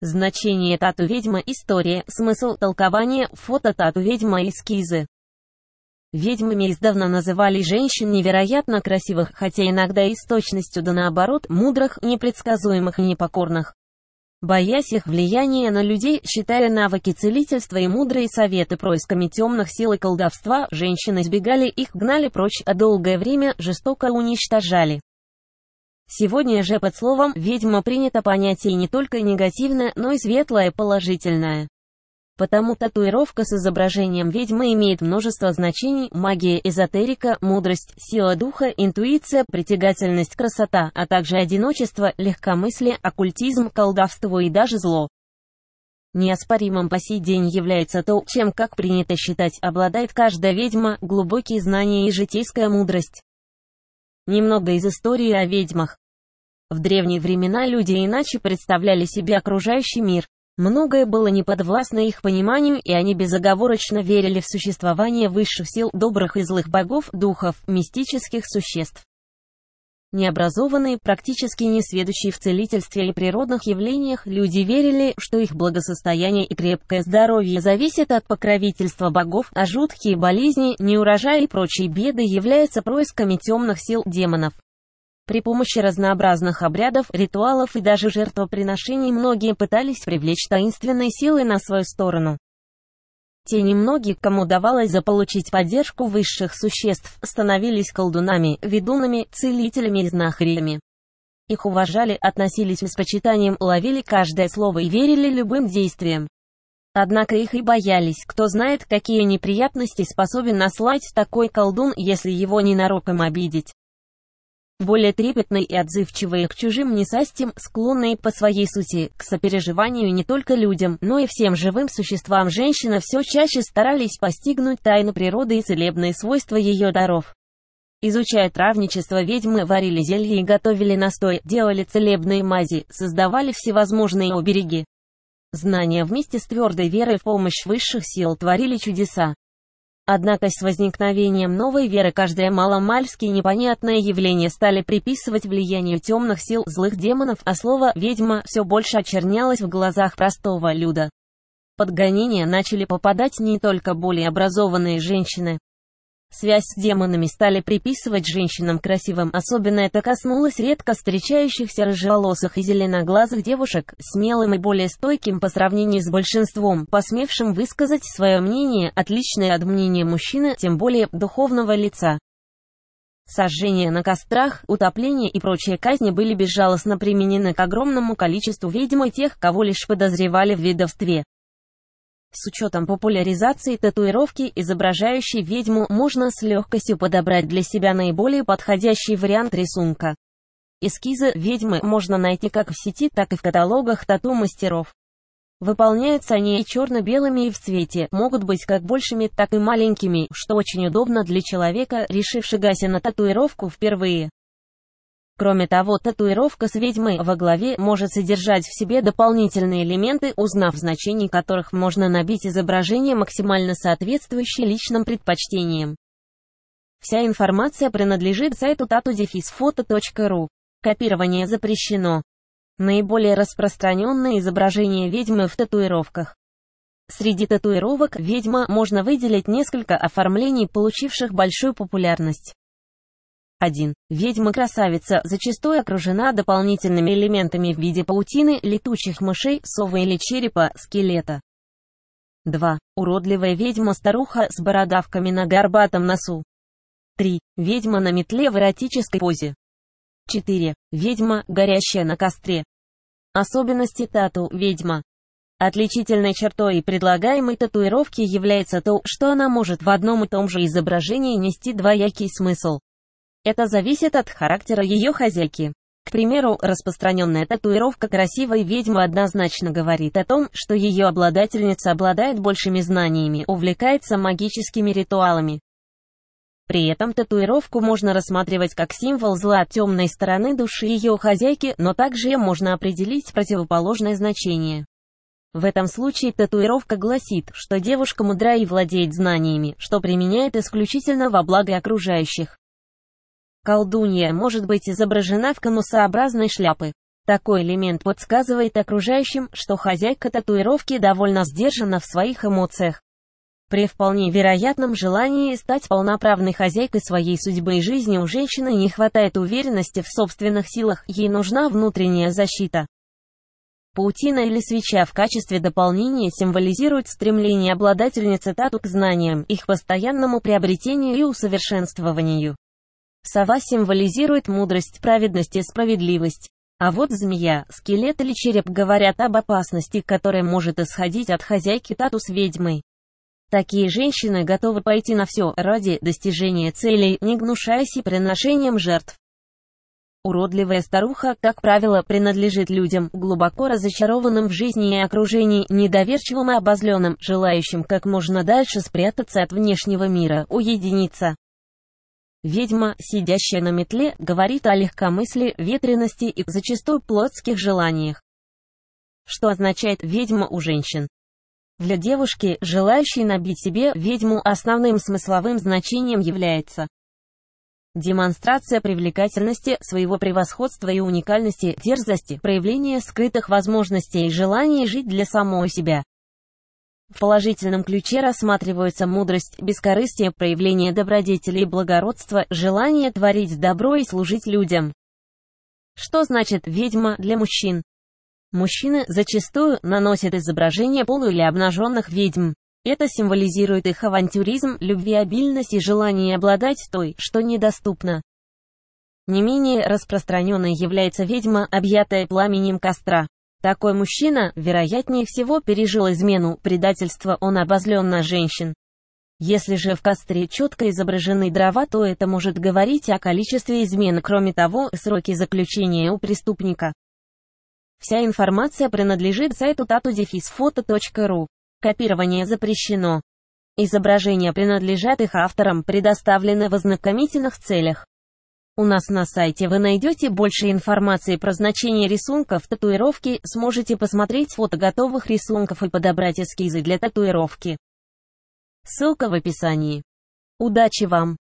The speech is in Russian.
Значение тату-ведьма, история, смысл, толкование, фото тату-ведьма, эскизы. Ведьмами издавна называли женщин невероятно красивых, хотя иногда и с точностью да наоборот, мудрых, непредсказуемых и непокорных. Боясь их влияния на людей, считая навыки целительства и мудрые советы происками темных сил и колдовства, женщины избегали их, гнали прочь, а долгое время жестоко уничтожали. Сегодня же под словом «ведьма» принято понятие не только негативное, но и светлое, положительное. Потому татуировка с изображением ведьмы имеет множество значений: магия, эзотерика, мудрость, сила духа, интуиция, притягательность, красота, а также одиночество, легкомыслие, оккультизм, колдовство и даже зло. Неоспоримым по сей день является то, чем, как принято считать, обладает каждая ведьма: глубокие знания и житейская мудрость. Немного из истории о ведьмах. В древние времена люди иначе представляли себе окружающий мир. Многое было неподвластно их пониманию, и они безоговорочно верили в существование высших сил, добрых и злых богов, духов, мистических существ. Необразованные, практически несведущие в целительстве и природных явлениях, люди верили, что их благосостояние и крепкое здоровье зависят от покровительства богов, а жуткие болезни, неурожаи и прочие беды являются происками темных сил, демонов. При помощи разнообразных обрядов, ритуалов и даже жертвоприношений многие пытались привлечь таинственные силы на свою сторону. Те немногие, кому удавалось заполучить поддержку высших существ, становились колдунами, ведунами, целителями и знахарями. Их уважали, относились с почитанием, ловили каждое слово и верили любым действиям. Однако их и боялись. Кто знает, какие неприятности способен наслать такой колдун, если его ненароком обидеть. Более трепетные и отзывчивые к чужим несчастьям, склонные по своей сути к сопереживанию не только людям, но и всем живым существам, женщины все чаще старались постигнуть тайну природы и целебные свойства ее даров. Изучая травничество, ведьмы варили зелья и готовили настой, делали целебные мази, создавали всевозможные обереги. Знания вместе с твердой верой в помощь высших сил творили чудеса. Однако с возникновением новой веры каждое маломальски непонятное явление стали приписывать влиянию темных сил, злых демонов, а слово «ведьма» все больше очернялось в глазах простого люда. Под гонения начали попадать не только более образованные женщины. Связь с демонами стали приписывать женщинам красивым, особенно это коснулось редко встречающихся рыжеволосых и зеленоглазых девушек, смелым и более стойким по сравнению с большинством, посмевшим высказать свое мнение, отличное от мнения мужчины, тем более духовного лица. Сожжение на кострах, утопление и прочие казни были безжалостно применены к огромному количеству ведьм и тех, кого лишь подозревали в ведовстве. С учетом популяризации татуировки, изображающей ведьму, можно с легкостью подобрать для себя наиболее подходящий вариант рисунка. Эскизы ведьмы можно найти как в сети, так и в каталогах тату-мастеров. Выполняются они и черно-белыми, и в цвете, могут быть как большими, так и маленькими, что очень удобно для человека, решившегося на татуировку впервые. Кроме того, татуировка с ведьмой во главе может содержать в себе дополнительные элементы, узнав значение которых можно набить изображение, максимально соответствующее личным предпочтениям. Вся информация принадлежит сайту tatu-foto.ru. Копирование запрещено. Наиболее распространенные изображения ведьмы в татуировках. Среди татуировок «ведьма» можно выделить несколько оформлений, получивших большую популярность. 1. Ведьма-красавица зачастую окружена дополнительными элементами в виде паутины, летучих мышей, совы или черепа, скелета. 2. Уродливая ведьма-старуха с бородавками на горбатом носу. 3. Ведьма на метле в эротической позе. 4. Ведьма, горящая на костре. Особенности тату-ведьма. Отличительной чертой предлагаемой татуировки является то, что она может в одном и том же изображении нести двоякий смысл. Это зависит от характера ее хозяйки. К примеру, распространенная татуировка красивой ведьмы однозначно говорит о том, что ее обладательница обладает большими знаниями, увлекается магическими ритуалами. При этом татуировку можно рассматривать как символ зла, темной стороны души ее хозяйки, но также можно определить противоположное значение. В этом случае татуировка гласит, что девушка мудра и владеет знаниями, что применяет исключительно во благо окружающих. Колдунья может быть изображена в конусообразной шляпе. Такой элемент подсказывает окружающим, что хозяйка татуировки довольно сдержана в своих эмоциях. При вполне вероятном желании стать полноправной хозяйкой своей судьбы и жизни у женщины не хватает уверенности в собственных силах, ей нужна внутренняя защита. Паутина или свеча в качестве дополнения символизирует стремление обладательницы тату к знаниям, их постоянному приобретению и усовершенствованию. Сова символизирует мудрость, праведность и справедливость. А вот змея, скелет или череп говорят об опасности, которая может исходить от хозяйки тату с ведьмой. Такие женщины готовы пойти на все ради достижения целей, не гнушаясь и приношением жертв. Уродливая старуха, как правило, принадлежит людям, глубоко разочарованным в жизни и окружении, недоверчивым и обозленным, желающим как можно дальше спрятаться от внешнего мира, уединиться. Ведьма, сидящая на метле, говорит о легкомыслии, ветрености и, зачастую, плотских желаниях. Что означает ведьма у женщин? Для девушки, желающей набить себе ведьму, основным смысловым значением является демонстрация привлекательности, своего превосходства и уникальности, дерзости, проявление скрытых возможностей и желания жить для самого себя. В положительном ключе рассматриваются мудрость, бескорыстие, проявление добродетели и благородства, желание творить добро и служить людям. Что значит ведьма для мужчин? Мужчины зачастую наносят изображение полу- или обнаженных ведьм. Это символизирует их авантюризм, любвеобильность и желание обладать той, что недоступно. Не менее распространенной является ведьма, объятая пламенем костра. Такой мужчина, вероятнее всего, пережил измену, предательство, он обозлен на женщин. Если же в костре четко изображены дрова, то это может говорить о количестве измен. Кроме того, сроки заключения у преступника. Вся информация принадлежит сайту tatu-foto.ru. Копирование запрещено. Изображения принадлежат их авторам, предоставлены в ознакомительных целях. У нас на сайте вы найдете больше информации про значение рисунков татуировки, сможете посмотреть фото готовых рисунков и подобрать эскизы для татуировки. Ссылка в описании. Удачи вам!